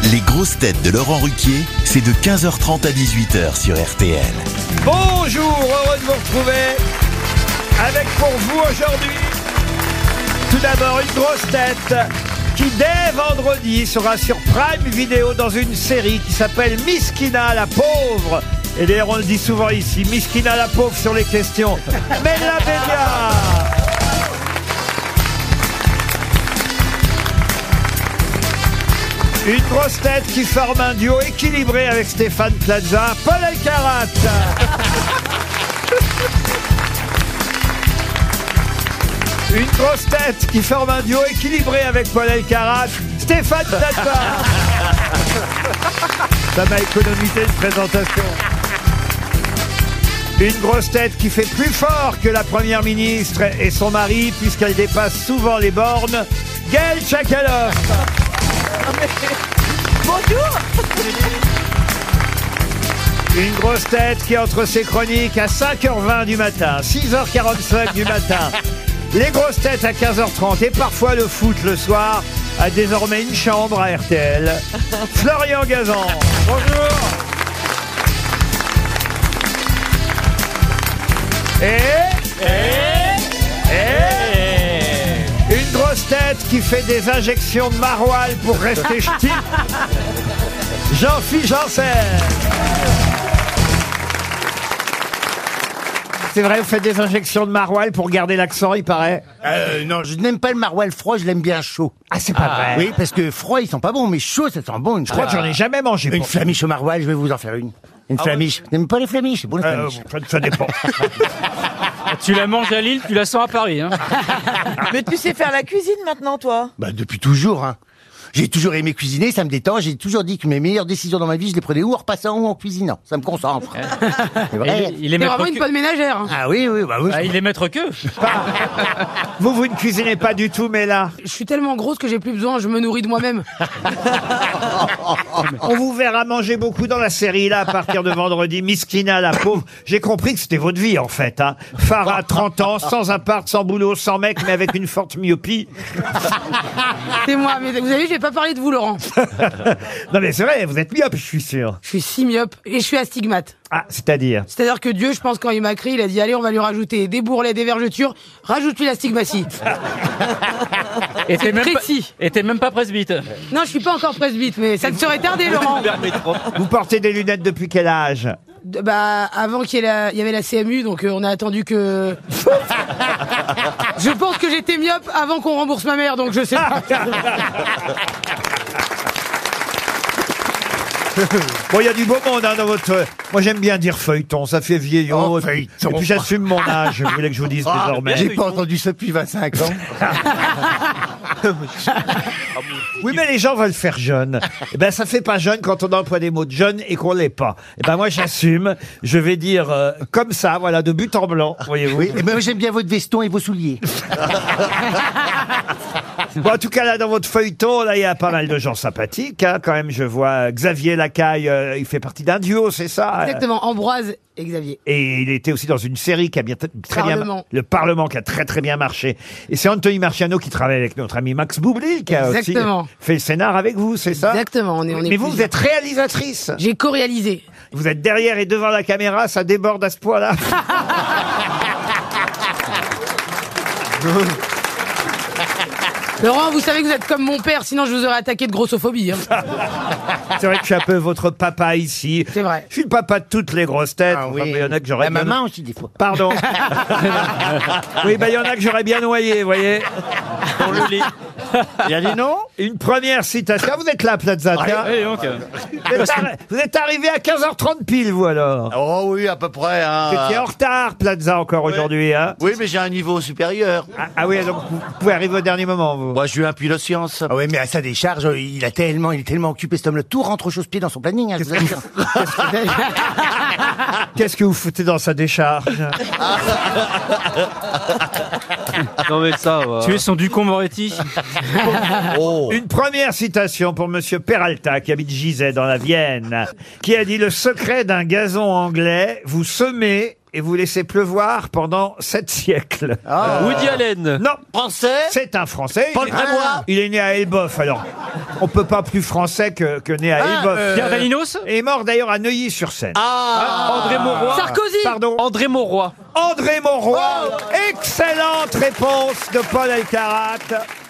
Les grosses têtes de Laurent Ruquier, c'est de 15h30 à 18h sur RTL. Bonjour, heureux de vous retrouver avec pour vous aujourd'hui, tout d'abord une grosse tête qui dès vendredi sera sur Prime Video dans une série qui s'appelle Miskina la pauvre. Et d'ailleurs on le dit souvent ici, Miskina la pauvre sur les questions. Mais la Bédia. Une grosse tête qui forme un duo équilibré avec Stéphane Plaza, Paul Elkarat. Une grosse tête qui forme un duo équilibré avec Paul Elkarat, Stéphane Plaza. Ça m'a économisé une présentation. Une grosse tête qui fait plus fort que la première ministre et son mari, puisqu'elle dépasse souvent les bornes, Gaël Tchakaloff. Bonjour. Une grosse tête qui entre ses chroniques à 5h20 du matin, 6h45 du matin, les grosses têtes à 15h30 et parfois le foot le soir, a désormais une chambre à RTL. Florian Gazan. Bonjour. Une grosse tête qui fait des injections de maroilles pour rester ch'ti. Jean-Philippe Janssen. C'est vrai, vous faites des injections de maroilles pour garder l'accent, il paraît. Non, je n'aime pas le maroilles froid, je l'aime bien chaud. Ah, c'est pas vrai. Oui, parce que froid, ils sont pas bons, mais chaud, ça sent bon. Je crois que j'en ai jamais mangé. Une flamiche au maroilles, je vais vous en faire une. Une flamiche. Vous n'aimez pas les flamiches? C'est bon, les flamiches. Ça dépend. Tu la manges à Lille, tu la sens à Paris. Hein. Mais tu sais faire la cuisine maintenant, toi? Bah, depuis toujours, hein. J'ai toujours aimé cuisiner, ça me détend. J'ai toujours dit que mes meilleures décisions dans ma vie, je les prenais ou en repassant ou en cuisinant. Ça me concentre. C'est vrai. Il est T'es maître vraiment une bonne ménagère. Hein. Ah oui, bah oui. Ah, il est maître que. Vous ne cuisinez pas du tout, mais là. Je suis tellement grosse que j'ai plus besoin, je me nourris de moi-même. On vous verra manger beaucoup dans la série, là, à partir de vendredi. Miskina, la pauvre. J'ai compris que c'était votre vie, en fait, hein. Farah, 30 ans, sans appart, sans boulot, sans mec, mais avec une forte myopie. C'est moi, mais vous avez vu, j'ai pas parlé de vous, Laurent. Non, mais c'est vrai, vous êtes myope, je suis sûr. Je suis si myope et je suis astigmate. Ah, c'est-à-dire? C'est-à-dire que Dieu, je pense, quand il m'a créé, il a dit, allez, on va lui rajouter des bourrelets, des vergetures, rajoute-lui l'astigmatie. Et t'es même, précis. même pas presbyte. Non, je suis pas encore presbyte, mais ça ne serait tardé, Laurent. Vous portez des lunettes depuis quel âge? Bah, avant qu'il y avait la CMU, donc on a attendu que... Je pense que j'étais myope avant qu'on rembourse ma mère, donc je sais pas. Bon, il y a du beau monde hein, dans votre... Moi, j'aime bien dire feuilleton, ça fait vieillot. Oh, Et feuilleton. puis j'assume mon âge, je voulais que je vous dise désormais. J'ai pas entendu ça depuis 25 ans. Oui, mais les gens veulent faire jeune. Eh ben, ça fait pas jeune quand on emploie des mots de jeune et qu'on l'est pas. Eh ben, moi, j'assume. Je vais dire comme ça, voilà, de but en blanc, voyez-vous. Oui, et moi j'aime bien votre veston et vos souliers. Bon, en tout cas, là, dans votre feuilleton, là, il y a pas mal de gens sympathiques, hein. Quand même, je vois Xavier Lacaille, il fait partie d'un duo, c'est ça? Exactement, Ambroise et Xavier. Et il était aussi dans une série qui a bien, très bien, Parlement. le Parlement, qui a très très bien marché. Et c'est Anthony Marciano qui travaille avec notre ami Max Boublil, qui a aussi Exactement. fait le scénar avec vous, c'est ça? Exactement, on est Mais vous, vous plusieurs. êtes réalisatrice. J'ai co-réalisé. Vous êtes derrière et devant la caméra, ça déborde à ce point-là. Laurent, vous savez que vous êtes comme mon père, sinon je vous aurais attaqué de grossophobie. Hein. C'est vrai que je suis un peu votre papa ici. C'est vrai. Je suis le papa de toutes les grosses têtes. Ah Enfin, oui. mais il y en a que j'aurais La bien... maman aussi, des fois. Pardon. Oui, bah il y en a que j'aurais bien noyé, vous voyez. Dans le lit. Il y a des noms? Une première citation. Ah, vous êtes là, Plaza. tiens. Et donc, Vous êtes arrivé à 15h30 pile, vous, alors. Oh oui, à peu près. Hein. Vous étiez en retard, Plaza, encore aujourd'hui, hein. Oui, mais j'ai un niveau supérieur. Ah oui, donc vous pouvez arriver au dernier moment, vous. Moi, je suis un pilote science. Ah oui, mais à sa décharge, il est tellement occupé, cet homme-là. Tout rentre au chausse-pied dans son planning, hein, je vous assure. Qu'est-ce que vous foutez dans sa décharge? non mais ça va. Tu es son Ducon Moretti. Oh. Une première citation pour Monsieur Peralta, qui habite Gizeh dans la Vienne, qui a dit: le secret d'un gazon anglais, vous semez et vous laissez pleuvoir pendant 7 siècles. Woody Allen. Non, Français. c'est un Français. Paul Prébois. Il est né à Elbeuf, alors. On peut pas plus français que né à Elbeuf. Pierre Daninos. Et mort d'ailleurs à Neuilly-sur-Seine. André Mauroy. Sarkozy. Pardon. André Mauroy. André Mauroy. Excellente réponse de Paul Elkarat.